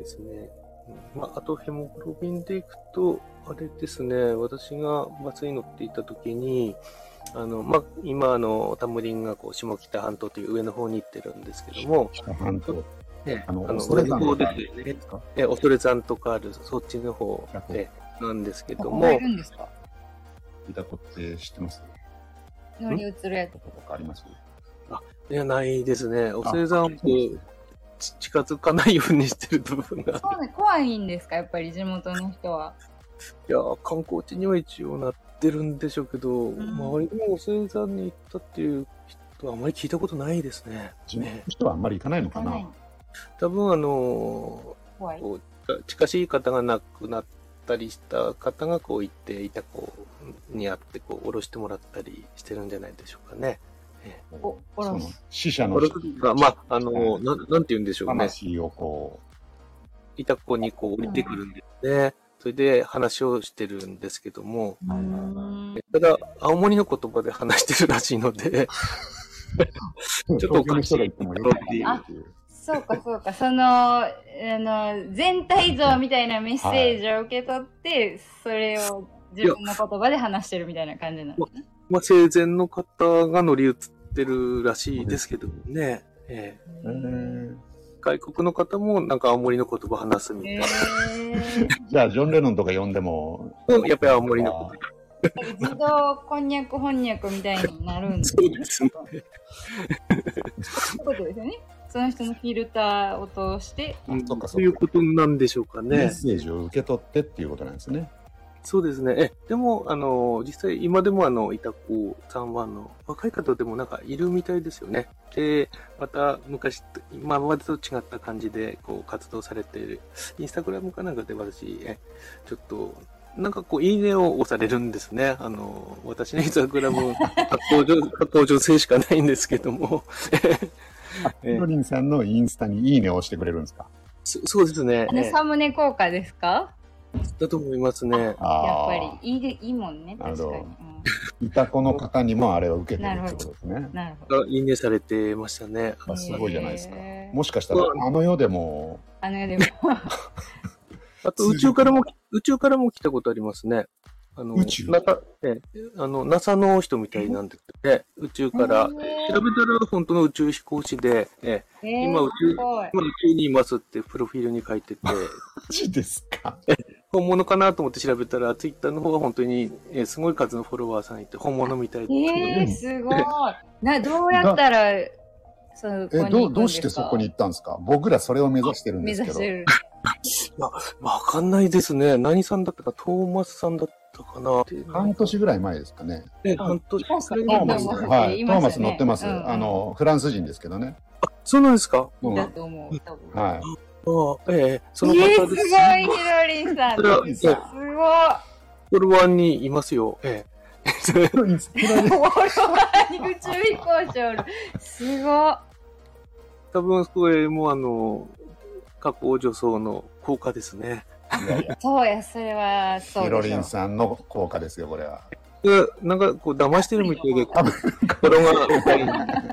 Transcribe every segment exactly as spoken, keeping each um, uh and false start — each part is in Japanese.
ですね。まあ、あとヘモグロビンでいくと、あれですね、私がバスに乗っていた時に、あの、まあ、今、あの、タムリンがこう、下北半島という上の方に行ってるんですけども、 北半島。 えあの、 あの恐山上の方とかですよね。 ですか？ え、恐山とかある、そっちの方で、なんですけども。 ここがいるんですか？ イタコって知ってます？ 乗り移るやつとかあります？ あ、いや、ないですね。恐山を近づかないようにしてる部分が。 そうね、怖いんですか、やっぱり地元の人は。 いや、観光地には一応なってるんでしょうけど、周りでも恐山に行ったっていう人はあまり聞いたことないですね。 地元の人はあんまり行かないのかな？ 多分、あの、 怖い。 こう近しい方が亡くなったりした方がこう行っていた子に会ってこう下ろしてもらったりしてるんじゃないでしょうかね。 お、おろす。 死者の人が、まあ、あの、ななんて言うんでしょうね。 話をこう。いた子にこう降りてくるんですね。それで話をしてるんですけども、ただ、青森の言葉で話してるらしいので、ちょっとおかしいっていう。 そうかそうか、その、あの、全体像みたいなメッセージを受け取って、はい、それを自分の言葉で話してるみたいな感じなんですね。 まあ、生前の方が乗り移ってるらしいですけどもね。えー、外国の方もなんか青森の言葉話すみたいな。 じゃあ、ジョン・レノンとか呼んでも。 やっぱり青森の言葉。 自動こんにゃくこんにゃくみたいになるんですね。そうですね。 そういうことですよね。その人のフィルターを通して。 うん、そういうことなんでしょうかね。 メッセージを受け取ってっていうことなんですね。 そうですね。え、でも、あの、実際今でもあの、いた子さんはあの、若い方でもなんかいるみたいですよね。で、また昔、今までと違った感じでこう活動されている、インスタグラムかなんかで私、え、ちょっと、なんかこう、いいねを押されるんですね。あの、私のインスタグラム、発行女性しかないんですけども。 ヒロリンさんのインスタにいいねを押してくれるんですか？ そそうですね。 サムネ効果ですか？ だと思いますね。 やっぱりいいでいいもんね。確かに。 いた子の方にもあれを受けてるってことですね。 なるほど。 いいねされてましたね。 すごいじゃないですか。もしかしたらあの世でも。 あの世でも。 あと宇宙からも宇宙からも来たことありますね。あの、 宇宙なんか、え、あの、ナサ の人みたいなんですけどね、宇宙から、調べたら本当の宇宙飛行士で、え、今宇宙、今宇宙にいますってプロフィールに書いてて、マジですか？ 本物かなと思って調べたら、ツイッターの方が本当に、え、すごい数のフォロワーさんいて、本物みたいで。 えー、すごい。な、どうやったら、 そえ、どう、どうしてそこに行ったんですか？僕らそれを目指してるんですけど。 目指してる。 いや、わかんないですね。何さんだったか、トーマスさんだったかな。 半年ぐらい前ですかね。 え、半年。 トーマス、はい。トーマス乗ってます。あの、フランス人ですけどね。 あ、そうなんですか？ だと思う。 はい。 あ、ええ、その方です。すごい、ヒロリンさん。すごい。 フォロワーにいますよ。ええ。 フォロワーに宇宙飛行士おる。すごい。 多分、それもあの、加工助走の効果ですね。 いやいやそうや、それはそうヒロリンさんの効果ですよ、これは。 なんか、こう、騙してるみたいで、多分、心が痛い。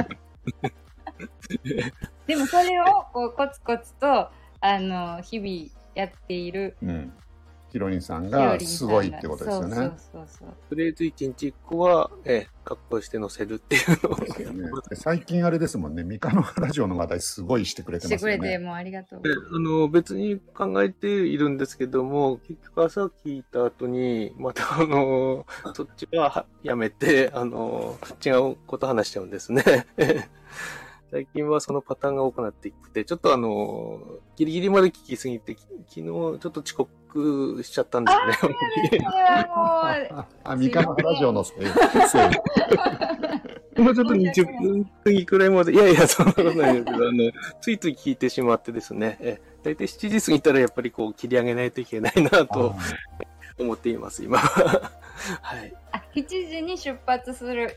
でも、それを、こう、コツコツと、あの、日々やっている。 うん。ヒロリンさんがすごいってことですよね。そうそうそうそう。 とりあえず一日一個は、ええ、格好して載せるっていうのを、 ね。最近あれですもんね、ミカのラジオの話題すごいしてくれてますよね。 してくれて、もうありがとう。 あの、別に考えているんですけども、結局朝聞いた後に、またあの、そっちはやめて、あの、違うこと話しちゃうんですね。最近はそのパターンが多くなってきて、ちょっとあの、ギリギリまで聞きすぎて、昨日ちょっと遅刻しちゃったんですね。 あ、あ、ミカのラジオのせい。 もうちょっとにじゅっぷん過ぎくらいまで、いやいや、そんなことないですけど、あの、ついつい聞いてしまってですね、え、だいたいしちじ過ぎたらやっぱりこう切り上げないといけないなと思っています、今は。はい。 あ、しちじに出発する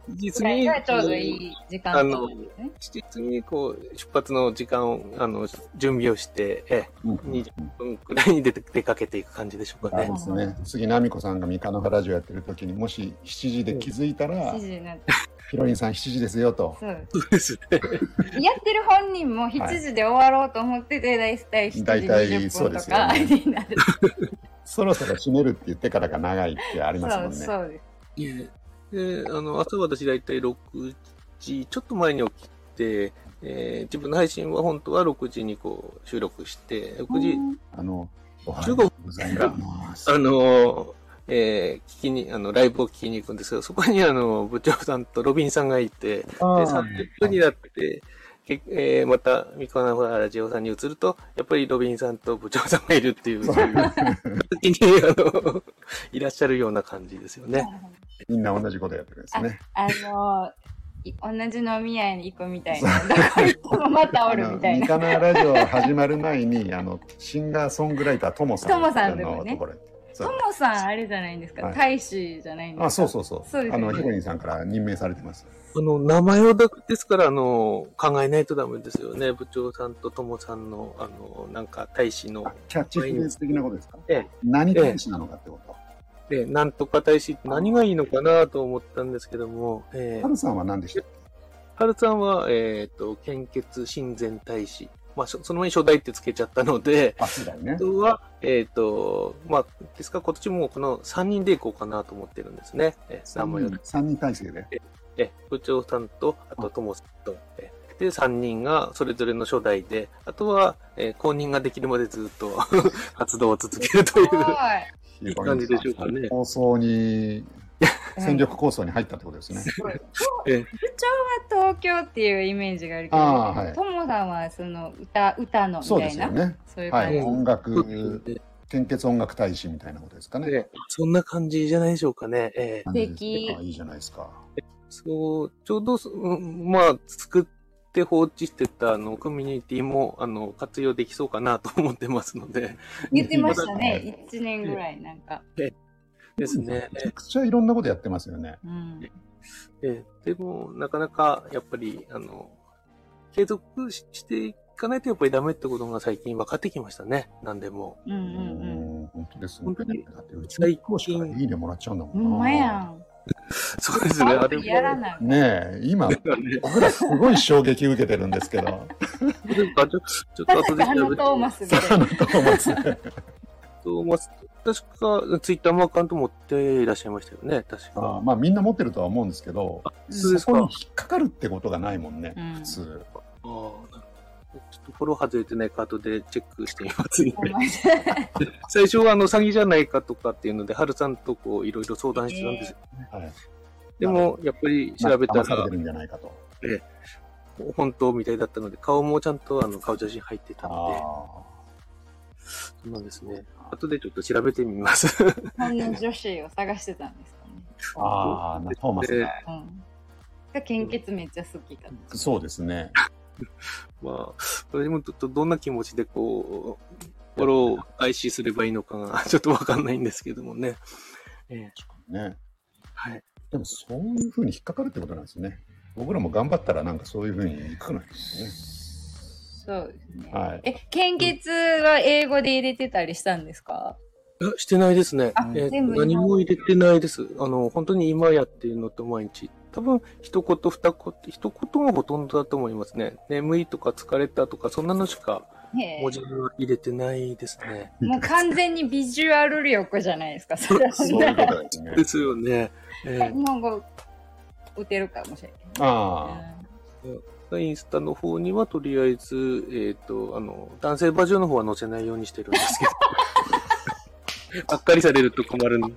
実に、 がちょうどいい時間あの帯ですね。 しちじにこう、出発の時間を、あの、準備をして、ええ、にじゅっぷんくらいに出て、出かけていく感じでしょうかねあれ。ですね。次、ナミコさんが三日の原ラジオやってる時に、もししちじで気づいたら、 しちじになって。 ヒロインさんしちじですよと。 そうそうですね。 やってる本人もしちじで終わろうと思ってて、大体しちじ大体にじゅっぷんとそうですよかねになる。 そろそろ閉めるって言ってからが長いってありますもんね。 そうそうです。 ええで、あの、朝私だいたいろくじ、ちょっと前に起きて、えー自分の配信は本当はろくじにこう収録して、ろくじ、 あの、おはじゅうごようございます。 あの、えー聞きに、あの、ライブを聞きに行くんですけど、そこにあの、部長さんとロビンさんがいて、で、 あーさんじゅっぷんになって、けえーまた、ミコナフラジオさんに移ると、やっぱりロビンさんと部長さんがいるっていう、そういう時に、あの、いらっしゃるような感じですよね。 みんな同じことやってるんですね。 あのい同じ飲み屋に行くみたいな。どこ行ってもまたおるみたいな。 ミカナラジオ始まる前に、あの、シンガーソングライター、トモさん。 トモさんのとこねところにそうトモさんあれじゃないんですか、 はい大使じゃないんですか。 あ、そうそうそう。 そうですよねあの、ヒロインさんから任命されてます。 あの、名前をだですから、あの、考えないとダメですよね。部長さんとともさんの、あの、なんか、大使のあ、キャッチフレーズ的なことですか？ ええ何大使なのかってこと。 で、なんとか大使って何がいいのかなと思ったんですけども、えーハルさんは何でしたっハルさんは、えっ、と、献血親善大使。まあ、そその前に初代ってつけちゃったので、 け？あ、そうだよねあ。とは、えっ、と、まあ、ですから今年もこのさんにんでいこうかなと思ってるんですね。えー、名前を。 さんにん体制で。 え、部長さんと、あと、ともさんと、えで、さんにんがそれぞれの初代で、あとは、えー公認ができるまでずっと活動を続けるというすごい。 いい感じでしょうかね。 構想に、戦力構想に入ったってことですね。 え部長は東京っていうイメージがあるけど、 あーはいトモさんはその歌歌のみそうたいな、 ですよね。 そういう感じ。 はい。音そう楽、 ですね献血音楽大使みたいなことですかね。 でそんな感じじゃないでしょうかね。えー感じです素敵あ、いいじゃないですか。 そう、ちょうどそ、うんまあ、作って放置してた、あの、コミュニティも、あの、活用できそうかなと思ってますので、 言ってましたね、いちねんぐらいなんか。 ですね。 めちゃくちゃいろんなことやってますよね。 うん。 えーでも、なかなか、やっぱり、あの、継続ししていかないとやっぱりダメってことが最近分かってきましたね。何でも。 うんううんうん。 ん、本当ですね。 本当にだってうちの講師からいいねもらっちゃうんだもんな。 ほんまやん。 そうですね。あれも。 やらない。 ねえ、今、僕らすごい衝撃受けてるんですけど。 なんかちょちょっと後であのトーマスみたいな。 トーマスねトーマス確か、ツイッターもアカウント持っていらっしゃいましたよね。確あか。 まあみんな持ってるとは思うんですけど、 そうですか。 そこに引っかかるってことがないもんね、 うん普通。 ああ、なるほど。ちょっとフォロー外れてないか後でチェックしてみますね。 ほんまに最初はあの詐欺じゃないかとかっていうので、ハルさんとこういろいろ相談してたんですよ。 はい。 でも、やっぱり調べたら騙されて、るんじゃないかと。 本当みたいだったので、顔もちゃんとあの顔写真入ってたあので、 あ。 そうなんですね。後でちょっと調べてみます。 日本の女子を探してたんですかね。 ああ、なトーマスが。 うん。が献血めっちゃ好きかな。 そうですね。 まあ、それでもちょっとどんな気持ちでこう、フォローを開始すればいいのかがちょっとわかんないんですけどもね。ええね。 はい。 でもそういうふうに引っかかるってことなんですね。僕らも頑張ったらなんかそういうふうにいくのですそうですね。 ね。はい。 え、献血は英語で入れてたりしたんですか？ いやしてないですね。 あえー全部何も入れてないです。あの、本当に今やってるのと毎日。多分、一言二言、一言がほとんどだと思いますね。眠いとか疲れたとか、そんなのしかへえ文字は入れてないですね。 もう完全にビジュアル力じゃないですか。それはそういうことですねで。すよね。え日本語打てるかもしれない。 あーインスタの方にはとりあえず、えっ、と、あの、男性バージョンの方は載せないようにしてるんですけど。がっかりされると困るんで。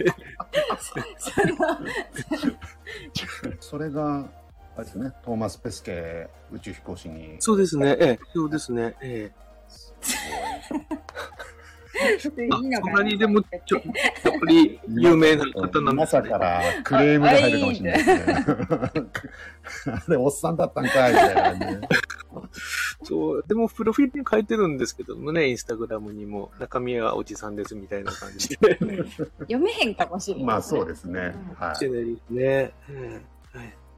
それが、あれですね、トーマス・ペスケ宇宙飛行士に。 そうですね。ええ、そうですね。ええ。あ、そんなにでも、ちょ、やっぱり有名な方なんですね。 まさからクレームが入るかもしれないですね。あれ、おっさんだったんかい、みたいなね。 そう、でも、プロフィールに書いてるんですけどもね、インスタグラムにも、中身はおじさんですみたいな感じで。 読めへんかもしれない。 まあそうですね。 うんはい。 してないですね。うんはい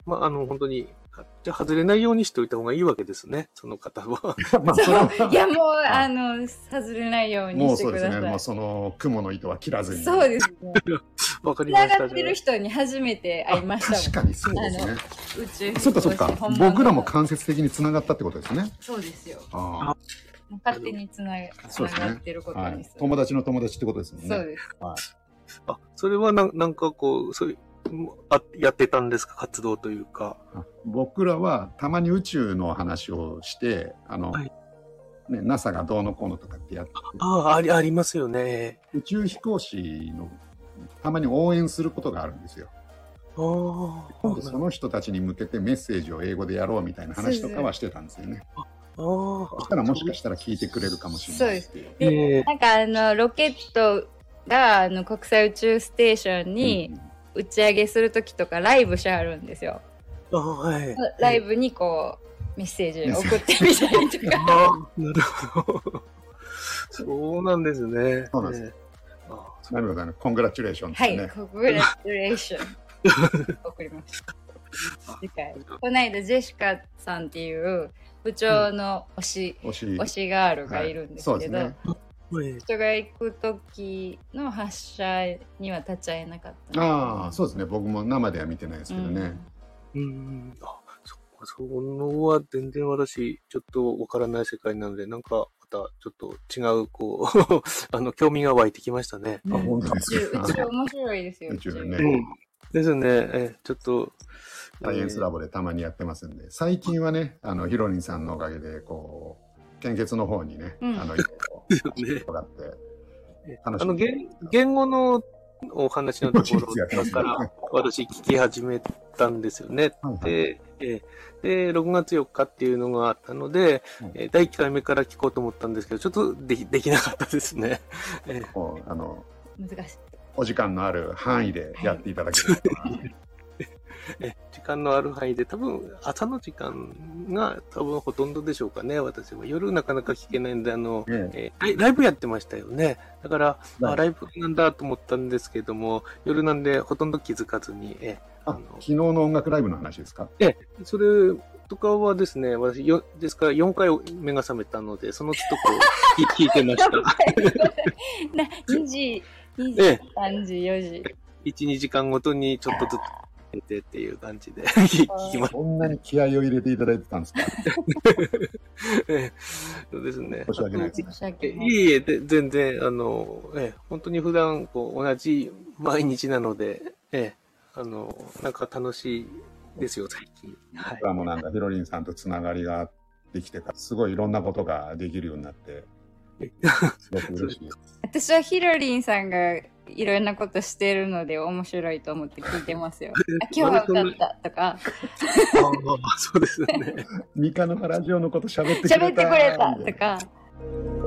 まあ、あの、本当に、じゃあ外れないようにしておいた方がいいわけですね、その方は。 まあ、それはそういやもうあの外れないようにもうしてください。 そうですね。もうその雲の糸は切らずに。 そうですね。 わかりました。 繋がってる人に初めて会いましたもん。 確かにそうですね。 宇宙飛行士そっかそっか。 本物の僕らも間接的に繋がったってことですね。 そうですよ。 あ勝手につなあ、そうですねがってる。ことはいにす。る。 友達の友達ってことですもんね。 そうです。 はい。 あ、それはななんかこう、そういう、あ、やってたんですか、活動というか。 あ僕らはたまに宇宙の話をして、あの、 はいね、ナサ がどうのこうのとかってやってて、 ああ、あり、ありますよね。 宇宙飛行士のたまに応援することがあるんですよ。 ああ、 でその人たちに向けてメッセージを英語でやろうみたいな話とかはしてたんですよね。 ああ、 そしたらもしかしたら聞いてくれるかもしれないですけど。 ええなんかあのロケットがあの国際宇宙ステーションに打ち上げするときとかライブしはるんですよ。 ああ、はい。 ライブにこうメッセージ送ってみたりとか。 ああ、なるほど。そうなんですね。 そうなんですええああそうなるほどね。コングラチュレーションですはい、 ね。 コングラチュレーション。送りました。次回。この間ジェシカさんっていう部長の推し、 推し推しガールがいるんですけど、 はいそうですね。 はい人が行く時の発射には立ち会えなかった。 ああ、そうですね。僕も生では見てないですけどね。 うん。あ、そっか、そのは全然私、ちょっとわからない世界なので、なんか、またちょっと違う、こう、あの、興味が湧いてきましたね。 うんあ本当ですか宇宙宇宙面白いですよ。 宇宙ねうん。ですね。え、ちょっと、 サイエンスラボでたまにやってますんで、最近はね、あのヒロリンさんのおかげでこう献血の方にね、 うんあのいろいろね伺ってえ楽しみあの、言言語のお話のとこ技術やってますねろから私聞き始めたんですよね。 はいはいで、えで、ろくがつよっかっていうのがあったので、 はいえだいいっかいめから聞こうと思ったんですけど、ちょっとできできなかったですね。えこうあの難しい。 お時間のある範囲でやっていただければな、 え時間のある範囲で、多分朝の時間が多分ほとんどでしょうかね、私は。夜なかなか聞けないんで、あの、 ねえーライライブやってましたよね。だから、 はいあライブなんだと思ったんですけども、夜なんでほとんど気づかずに、えああの昨日の音楽ライブの話ですか？ それとかはですね、私よ、ですからよんかい目が覚めたので、その都度こう聞聞いてました。 なにじ、にじ、 ええさんじ、よじ。 いち、にじかんごとにちょっとずつ寝てっていう感じで聞聞きましそんなに気合を入れていただいてたんですか？ た。ええそうですね。 申し訳ないです申し訳えない。 いえいえ、で全然、あの、ええ、本当に普段こう同じ毎日なので、ええ、あの、なんか楽しいですよ、最近。はい僕。らもなんかヒロリンさんとつながりができてからすごいいろんなことができるようになってすごく嬉しいです。 私はヒロリンさんがいろんなことしてるので面白いと思って聞いてますよ。あ今日は歌ったとか、 ああ、そうですね。 ミカのラジオのこと喋ってくれた喋ってくれたとか。